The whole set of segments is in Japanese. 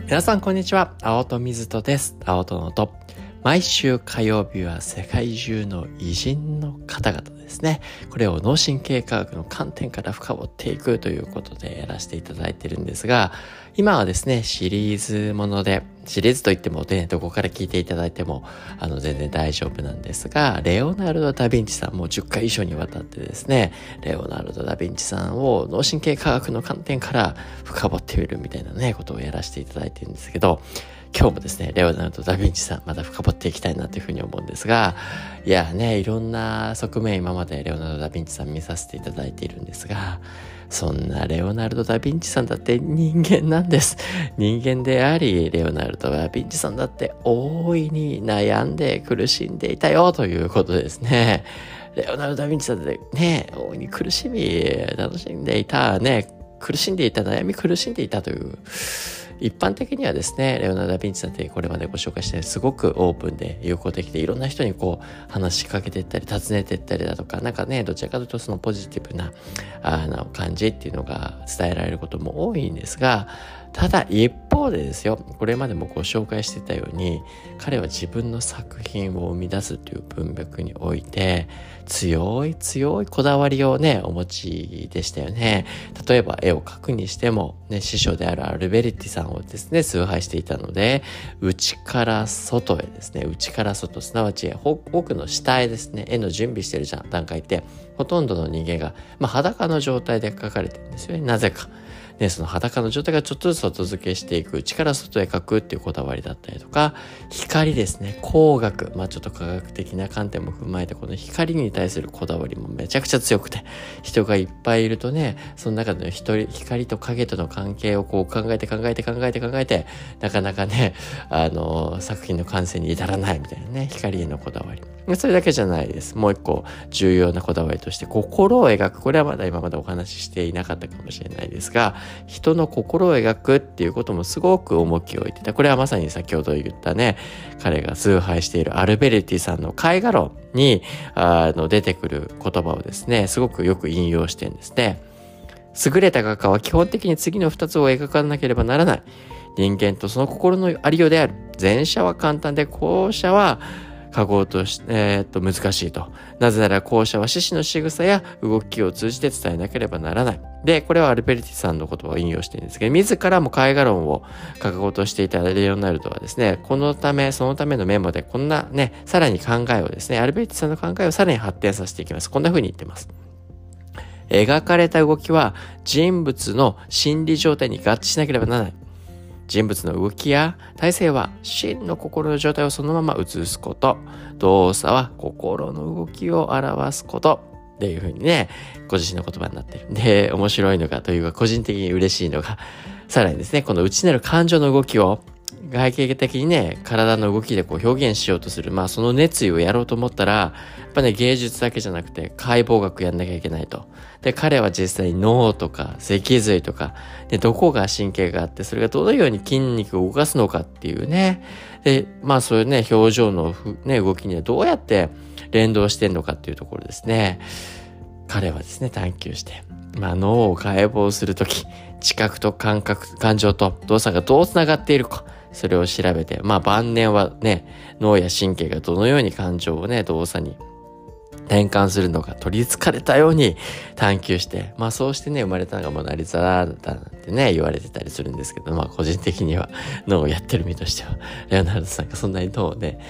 皆さんこんにちは。青戸水戸です。青戸の音。毎週火曜日は世界中の偉人の方々ですね。これを脳神経科学の観点から深掘っていくということでやらせていただいているんですが、今はですね、シリーズもので、シリーズといってもね、どこから聞いていただいても全然大丈夫なんですが、レオナルド・ダ・ヴィンチさんも10回以上にわたってですね、レオナルド・ダ・ヴィンチさんを脳神経科学の観点から深掘ってみるみたいなね、ことをやらせていただいているんですけど、今日もですね、レオナルド・ダ・ヴィンチさん、また深掘っていきたいなというふうに思うんですが、いやね、いろんな側面今までレオナルド・ダ・ヴィンチさん見させていただいているんですが、そんなレオナルド・ダ・ヴィンチさんだって人間なんです。人間であり、レオナルド・ダ・ヴィンチさんだって大いに悩んで苦しんでいたよということですね。レオナルド・ダ・ヴィンチさんってね、大いに苦しみ、楽しんでいた、ね、苦しんでいた、悩み苦しんでいたという、一般的にはですね、レオナルド・ダ・ヴィンチさんってこれまでご紹介してすごくオープンで友好的でいろんな人にこう話しかけていったり尋ねていったりだとか、なんかね、どちらかというとそのポジティブな感じっていうのが伝えられることも多いんですが、ただ一方でですよ、これまでもご紹介してたように、彼は自分の作品を生み出すという文脈において強いこだわりをねお持ちでしたよね。例えば絵を描くにしても、ね、師匠であるアルベルティさんをですね崇拝していたので、内から外へですね、内から外、すなわち奥の下へですね、絵の準備してる段階ってほとんどの人間が、裸の状態で描かれてるんですよね。なぜかね、その裸の状態がちょっとずつ外付けしていく、内から外へ描くっていうこだわりだったりとか、光ですね、光学、ちょっと科学的な観点も踏まえて、この光に対するこだわりもめちゃくちゃ強くて、人がいっぱいいるとね、その中での光と影との関係をこう考えて、なかなかね、作品の完成に至らないみたいなね、光へのこだわり。それだけじゃないです。もう一個重要なこだわりとして、心を描く。これはまだ今までお話ししていなかったかもしれないですが、人の心を描くっていうこともすごく重きを置いてた。これはまさに先ほど言ったね、彼が崇拝しているアルベルティさんの絵画論に出てくる言葉をですね、すごくよく引用してるんですね。優れた画家は基本的に次の2つを描かなければならない。人間とその心のありようである。前者は簡単で後者は書こうとし、難しいと。なぜなら後者は獅子の仕草や動きを通じて伝えなければならない。で、これはアルベルティさんの言葉を引用しているんですけど、自らも絵画論を書こうとしていたレオナルドはですね、そのためのメモでこんなね、さらに考えをですね、アルベルティさんの考えをさらに発展させていきます。こんな風に言ってます。描かれた動きは人物の心理状態に合致しなければならない。人物の動きや体勢は真の心の状態をそのまま映すこと。動作は心の動きを表すことっていう風にね、ご自身の言葉になってる。で、面白いのがというか個人的に嬉しいのが、さらにですね、この内なる感情の動きを外形的にね、体の動きでこう表現しようとする。その熱意をやろうと思ったら、やっぱね、芸術だけじゃなくて解剖学やんなきゃいけないと。で、彼は実際に脳とか脊髄とか、で、どこが神経があって、それがどのように筋肉を動かすのかっていうね。で、そういうね、表情の動きにはどうやって連動してんのかっていうところですね。彼はですね、探求して、脳を解剖するとき、知覚と感覚、感情と動作がどうつながっているか、それを調べて、晩年はね、脳や神経がどのように感情をね、動作に転換するのか取り憑かれたように探求して、そうしてね、生まれたのがモナリザだなんてね、言われてたりするんですけど、個人的には脳をやってる身としては、レオナルドさんがそんなに脳をね、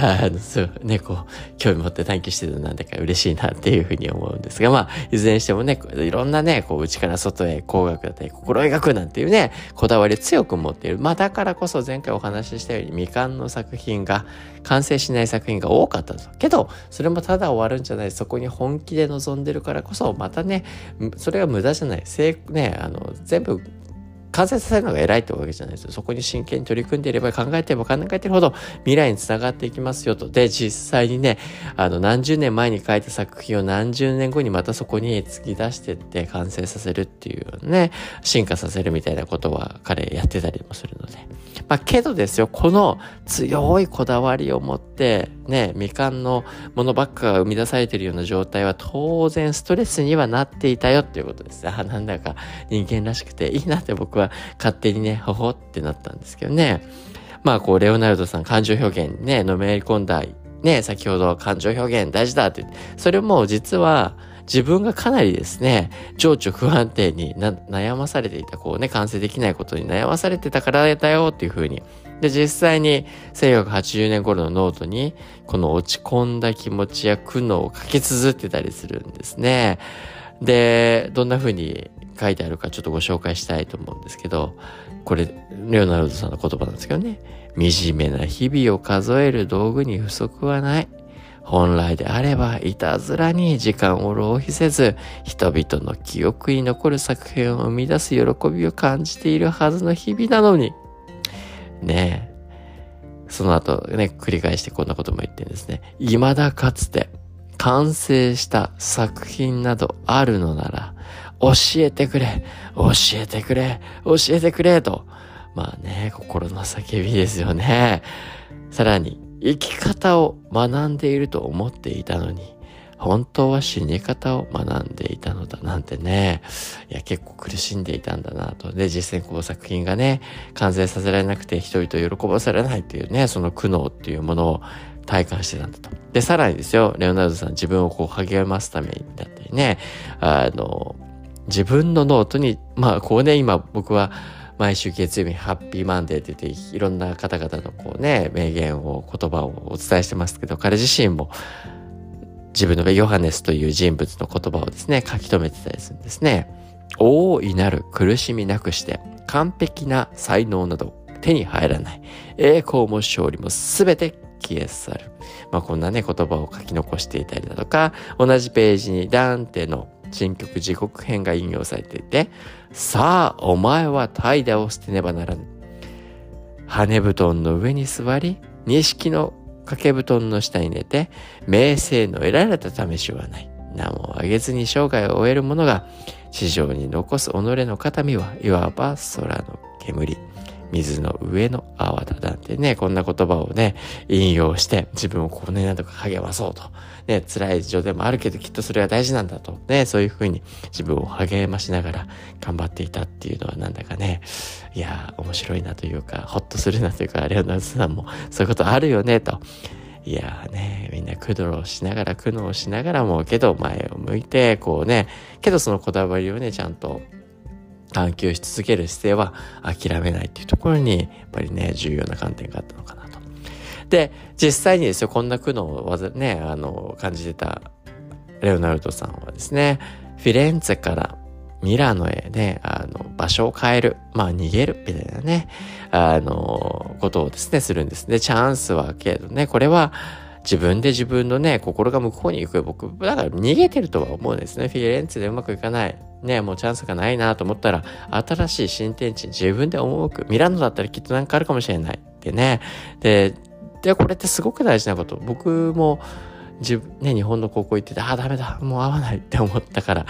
興味持って探求してるのなんだか嬉しいなっていうふうに思うんですが、いずれにしてもね、いろんなね、内から外へ工学だったり、心描くなんていうね、こだわり強く持っている。だからこそ前回お話ししたように未完の作品が、完成しない作品が多かったと。けど、それもただ終わるんじゃない、そこに本気で臨んでるからこそ、またね、それが無駄じゃない。全部完成させるのが偉いってわけじゃないですよ。そこに真剣に取り組んでいれば考えてれば考えてるほど未来につながっていきますよと。で、実際にね、何十年前に書いた作品を何十年後にまたそこに突き出してって完成させるっていうね、進化させるみたいなことは彼やってたりもするので。けどですよ、この強いこだわりを持ってね、未完のものばっかが生み出されているような状態は当然ストレスにはなっていたよっていうことです。なんだか人間らしくていいなって僕はが勝手にね、ほほってなったんですけどね。まあこう、レオナルドさん感情表現にね、のめり込んだ、ね、先ほど感情表現大事だって言って、それも実は自分がかなりですね、情緒不安定に悩まされていた、こうね、完成できないことに悩まされてたからだよっていう風に。で、実際に1980年頃のノートに、この落ち込んだ気持ちや苦悩を書き綴ってたりするんですね。で、どんな風に書いてあるかちょっとご紹介したいと思うんですけど、これ、レオナルドさんの言葉なんですけどね。惨めな日々を数える道具に不足はない。本来であれば、いたずらに時間を浪費せず、人々の記憶に残る作品を生み出す喜びを感じているはずの日々なのに。ねえ。その後ね、繰り返してこんなことも言ってるんですね。未だかつて完成した作品などあるのなら、教えてくれ、教えてくれ、教えてくれと。まあね、心の叫びですよね。さらに、生き方を学んでいると思っていたのに、本当は死に方を学んでいたのだなんてね。いや、結構苦しんでいたんだなと。で、実際にこう作品がね、完成させられなくて人々を喜ばせられないっていうね、その苦悩っていうものを体感してたんだと。で、さらにですよ、レオナルドさん自分をこう励ますためにだったりね、自分のノートに、まあこうね、今僕は毎週月曜日にハッピーマンデーって言っていろんな方々のこうね、名言を、言葉をお伝えしてますけど、彼自身も自分のヨハネスという人物の言葉をですね、書き留めてたりするんですね。大いなる苦しみなくして、完璧な才能など手に入らない。栄光も勝利もすべて消え去る。まあこんなね、言葉を書き残していたりだとか、同じページにダンテの新曲地獄編が引用されていて、さあ、お前は怠惰を捨てねばならぬ。羽布団の上に座り、錦の掛け布団の下に寝て、名声の得られた試しはない。名も上げずに生涯を終える者が、地上に残す己の形見はいわば空の煙。水の上の泡だなんてね、こんな言葉をね、引用して自分をこうね、なんとか励まそうと。ね、辛い状態もあるけどきっとそれが大事なんだと。ね、そういうふうに自分を励ましながら頑張っていたっていうのはなんだかね、いや、面白いなというか、ほっとするなというか、レオナルドさんもそういうことあるよね、と。いやね、みんな苦悩しながらも、けど前を向いて、こうね、けどそのこだわりをね、ちゃんと探求し続ける姿勢は諦めないっていうところに、やっぱりね、重要な観点があったのかなと。で、実際にですよ、こんな苦悩をね、感じてたレオナルドさんはですね、フィレンツェからミラノへね、場所を変える、まあ逃げるみたいなね、ことをですね、するんですね。チャンスはけどね、これは自分で自分のね、心が向こうに行く。僕、だから逃げてるとは思うんですね。フィレンツェでうまくいかない。ね、もうチャンスがないなと思ったら、新しい新天地に自分で赴く。ミラノだったらきっとなんかあるかもしれないってね。で、これってすごく大事なこと。僕も、日本の高校行ってて、ダメだ、もう合わないって思ったから、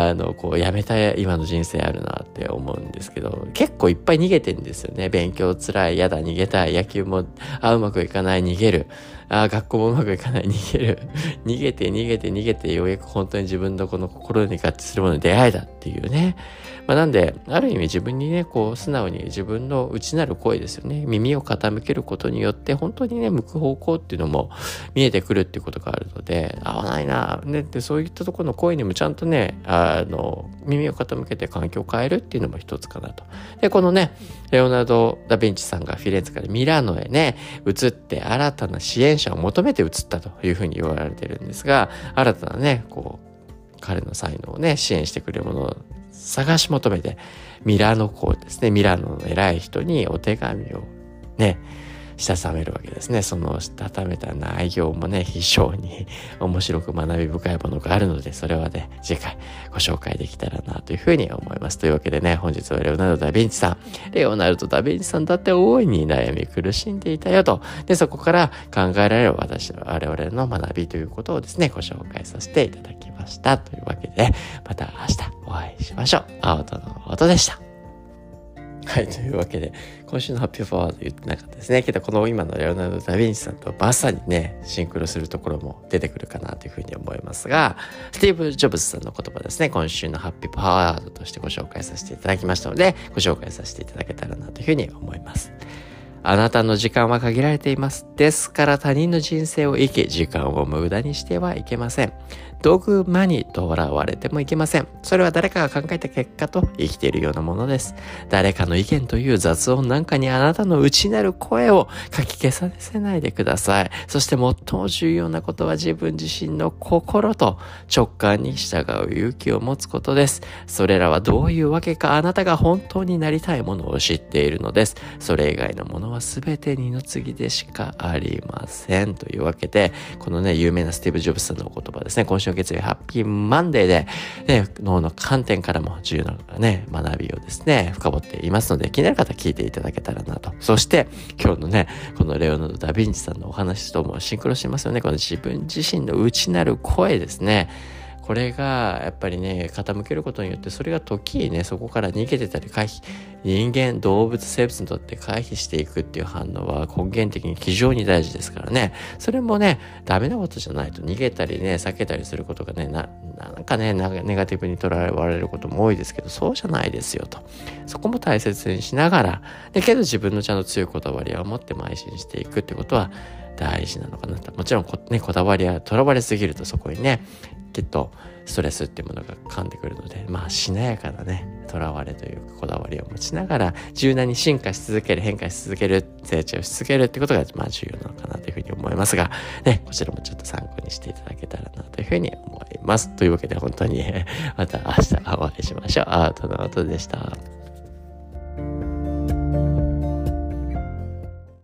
こう、やめた今の人生あるなって思うんですけど、結構いっぱい逃げてるんですよね。勉強辛い、やだ、逃げたい、野球も、うまくいかない、逃げる。学校もうまくいかない、逃げる。逃げて、ようやく本当に自分のこの心に合致するものに出会えたっていうね。まあなんで、ある意味自分にね、こう、素直に自分の内なる声ですよね。耳を傾けることによって、本当にね、向く方向っていうのも見えてくるっていうことがあるので、合わないな、ね、でそういったところの声にもちゃんとね、耳を傾けて環境を変えるっていうのも一つかなと。で、このね、レオナルド・ダ・ヴィンチさんがフィレンツェからミラノへね、移って新たな支援者を求めて移ったというふうに言われてるんですが、新たなね、こう、彼の才能をね、支援してくれるものを探し求めて、ミラノ港ですね、ミラノの偉い人にお手紙をね、したためるわけですね。そのしたためた内容もね、非常に面白く学び深いものがあるので、それはね、次回ご紹介できたらなというふうに思います。というわけでね、本日はレオナルド・ダ・ヴィンチさん。レオナルド・ダ・ヴィンチさんだって大いに悩み苦しんでいたよと。で、そこから考えられる我々の学びということをですね、ご紹介させていただきました。というわけで、また明日お会いしましょう。青との音でした。 はい、というわけで、今週のハッピーパワード言ってなかったですね。けど、この今のレオナルド・ダ・ヴィンチさんとまさにね、シンクロするところも出てくるかなというふうに思いますが、スティーブ・ジョブズさんの言葉ですね、今週のハッピーパワードとしてご紹介させていただきましたので、ご紹介させていただけたらなというふうに思います。あなたの時間は限られています。ですから他人の人生を生き、時間を無駄にしてはいけません。ドグマにとらわれてもいけません。それは誰かが考えた結果と生きているようなものです。誰かの意見という雑音なんかにあなたの内なる声をかき消させないでください。そして最も重要なことは自分自身の心と直感に従う勇気を持つことです。それらはどういうわけかあなたが本当になりたいものを知っているのです。それ以外のものは全て二の次でしかありません。というわけで、このね、有名なスティーブ・ジョブズさんのお言葉ですね。今週の月曜ハッピーマンデーで、ね、脳の観点からも重要なね、学びをですね、深掘っていますので、気になる方は聞いていただけたらなと。そして、今日のね、このレオナルド・ダ・ヴィンチさんのお話ともシンクロしますよね。この自分自身の内なる声ですね。これがやっぱりね、傾けることによってそれが時にね、そこから逃げてたり回避、人間、動物、生物にとって回避していくっていう反応は根源的に非常に大事ですからね。それもね、ダメなことじゃないと、逃げたりね、避けたりすることがね、なんかね、ネガティブに捉えられることも多いですけど、そうじゃないですよと。そこも大切にしながら、だけど自分のちゃんと強いこだわりを持って邁進していくってことは大事なのかなと。もちろんこだわりはとらわれすぎるとそこにね、きっとストレスっていうものが噛んでくるので、しなやかなね、とらわれというかこだわりを持ちながら柔軟に進化し続ける、変化し続ける、成長し続けるってことが重要なのかなというふうに思いますが、ね、こちらもちょっと参考にしていただけたらなというふうに思います。というわけで本当にまた明日お会いしましょう。アートの音でした。